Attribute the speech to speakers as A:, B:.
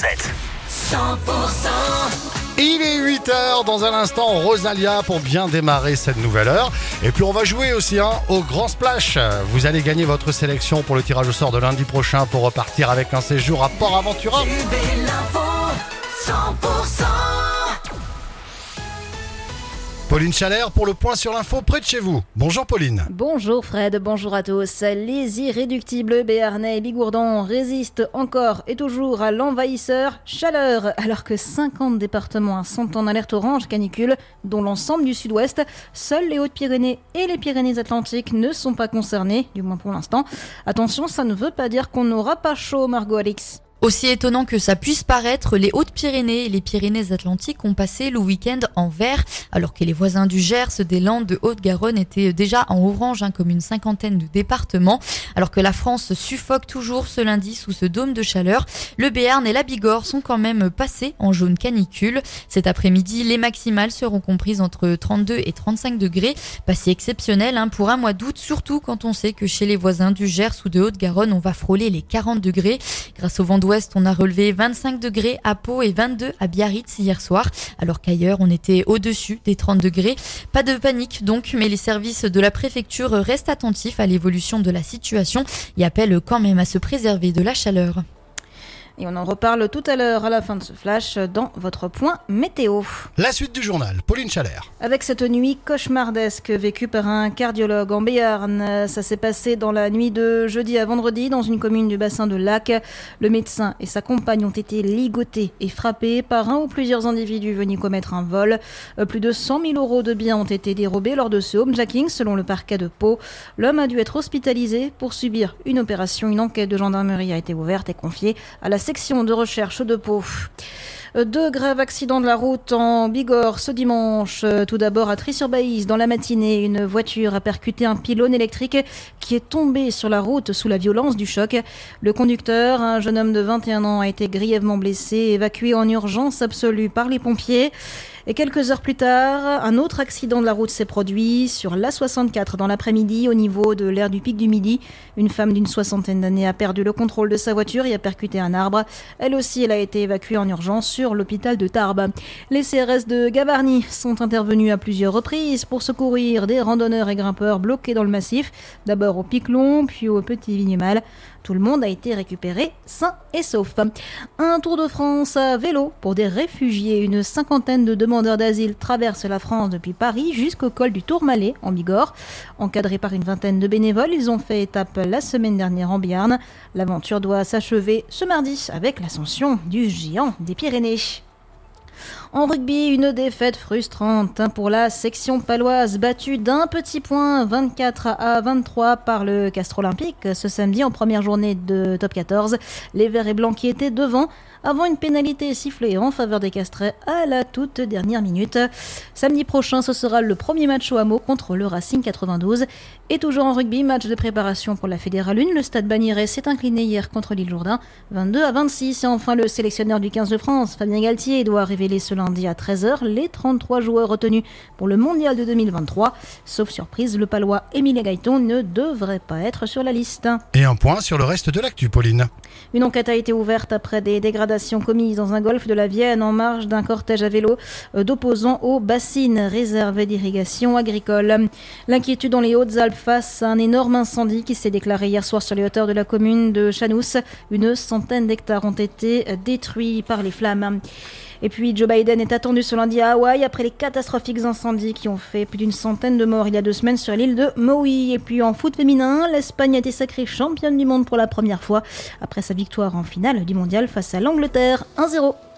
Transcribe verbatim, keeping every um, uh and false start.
A: sept.
B: cent pour cent.
C: Il est huit heures, dans un instant, Rosalia pour bien démarrer cette nouvelle heure. Et puis on va jouer aussi hein, au Grand Splash. Vous allez gagner votre sélection pour le tirage au sort de lundi prochain pour repartir avec un séjour à Port Aventura.
B: cent pour cent.
C: Pauline Chalère pour le point sur l'info près de chez vous. Bonjour Pauline.
D: Bonjour Fred, bonjour à tous. Les irréductibles Béarnais et Bigourdans résistent encore et toujours à l'envahisseur chaleur, alors que cinquante départements sont en alerte orange canicule, dont l'ensemble du sud-ouest. Seules les Hautes-Pyrénées et les Pyrénées-Atlantiques ne sont pas concernées, du moins pour l'instant. Attention, ça ne veut pas dire qu'on n'aura pas chaud, Margot Alix.
E: Aussi étonnant que ça puisse paraître, les Hautes-Pyrénées et les Pyrénées-Atlantiques ont passé le week-end en vert, alors que les voisins du Gers, des Landes, de Haute-Garonne étaient déjà en orange, hein, comme une cinquantaine de départements. Alors que la France suffoque toujours ce lundi sous ce dôme de chaleur, le Béarn et la Bigorre sont quand même passés en jaune canicule. Cet après-midi, les maximales seront comprises entre trente-deux et trente-cinq degrés. Pas si exceptionnel hein, pour un mois d'août, surtout quand on sait que chez les voisins du Gers ou de Haute-Garonne, on va frôler les quarante degrés. Grâce au vent d'ouest, on a relevé vingt-cinq degrés à Pau et vingt-deux à Biarritz hier soir, alors qu'ailleurs on était au-dessus des trente degrés. Pas de panique donc, mais les services de la préfecture restent attentifs à l'évolution de la situation et appellent quand même à se préserver de la chaleur.
D: Et on en reparle tout à l'heure à la fin de ce flash dans votre point météo.
C: La suite du journal, Pauline Chalère.
D: Avec cette nuit cauchemardesque vécue par un cardiologue en Béarn, ça s'est passé dans la nuit de jeudi à vendredi dans une commune du bassin de Lac. Le médecin et sa compagne ont été ligotés et frappés par un ou plusieurs individus venus commettre un vol. Plus de cent mille euros de biens ont été dérobés lors de ce homejacking selon le parquet de Pau. L'homme a dû être hospitalisé pour subir une opération. Une enquête de gendarmerie a été ouverte et confiée à la section de recherche de Pau. Deux graves accidents de la route en Bigorre ce dimanche. Tout d'abord à Trie-sur-Baïse, dans la matinée, une voiture a percuté un pylône électrique qui est tombé sur la route sous la violence du choc. Le conducteur, un jeune homme de vingt et un ans, a été grièvement blessé, évacué en urgence absolue par les pompiers. Et quelques heures plus tard, un autre accident de la route s'est produit sur l'A soixante-quatre dans l'après-midi au niveau de l'aire du Pic du Midi. Une femme d'une soixantaine d'années a perdu le contrôle de sa voiture et a percuté un arbre. Elle aussi, elle a été évacuée en urgence sur l'hôpital de Tarbes. Les C R S de Gavarnie sont intervenus à plusieurs reprises pour secourir des randonneurs et grimpeurs bloqués dans le massif. D'abord au Pic Long, puis au Petit Vignemal. Tout le monde a été récupéré sain et sauf. Un Tour de France à vélo pour des réfugiés. Une cinquantaine de demandeurs d'asile traversent la France depuis Paris jusqu'au col du Tourmalet en Bigorre. Encadrés par une vingtaine de bénévoles, ils ont fait étape la semaine dernière en Béarn. L'aventure doit s'achever ce mardi avec l'ascension du géant des Pyrénées. En rugby, une défaite frustrante pour la section paloise, battue d'un petit point, vingt-quatre à vingt-trois par le Castres Olympique ce samedi en première journée de top quatorze. Les Verts et Blancs qui étaient devant avant une pénalité sifflée en faveur des Castrais à la toute dernière minute. Samedi prochain, ce sera le premier match au Hameau contre le Racing quatre-vingt-douze. Et toujours en rugby, match de préparation pour la Fédérale un. Le Stade Bagnérais s'est incliné hier contre l'Île Jourdain, vingt-deux à vingt-six. Et enfin, le sélectionneur du quinze de France, Fabien Galtier, doit révéler ce lundi à treize heures les trente-trois joueurs retenus pour le Mondial de deux mille vingt-trois. Sauf surprise, le Palois Émile Gaiton ne devrait pas être sur la liste.
C: Et un point sur le reste de l'actu, Pauline.
D: Une enquête a été ouverte après des dégradations commises dans un golfe de la Vienne en marge d'un cortège à vélo d'opposants aux bassines réservées d'irrigation agricole. L'inquiétude dans les Hautes-Alpes face à un énorme incendie qui s'est déclaré hier soir sur les hauteurs de la commune de Chanous. Une centaine d'hectares ont été détruits par les flammes. Et puis Joe Biden est attendu ce lundi à Hawaï après les catastrophiques incendies qui ont fait plus d'une centaine de morts il y a deux semaines sur l'île de Maui. Et puis en foot féminin, l'Espagne a été sacrée championne du monde pour la première fois après sa victoire en finale du mondial face à l'Angleterre un zéro.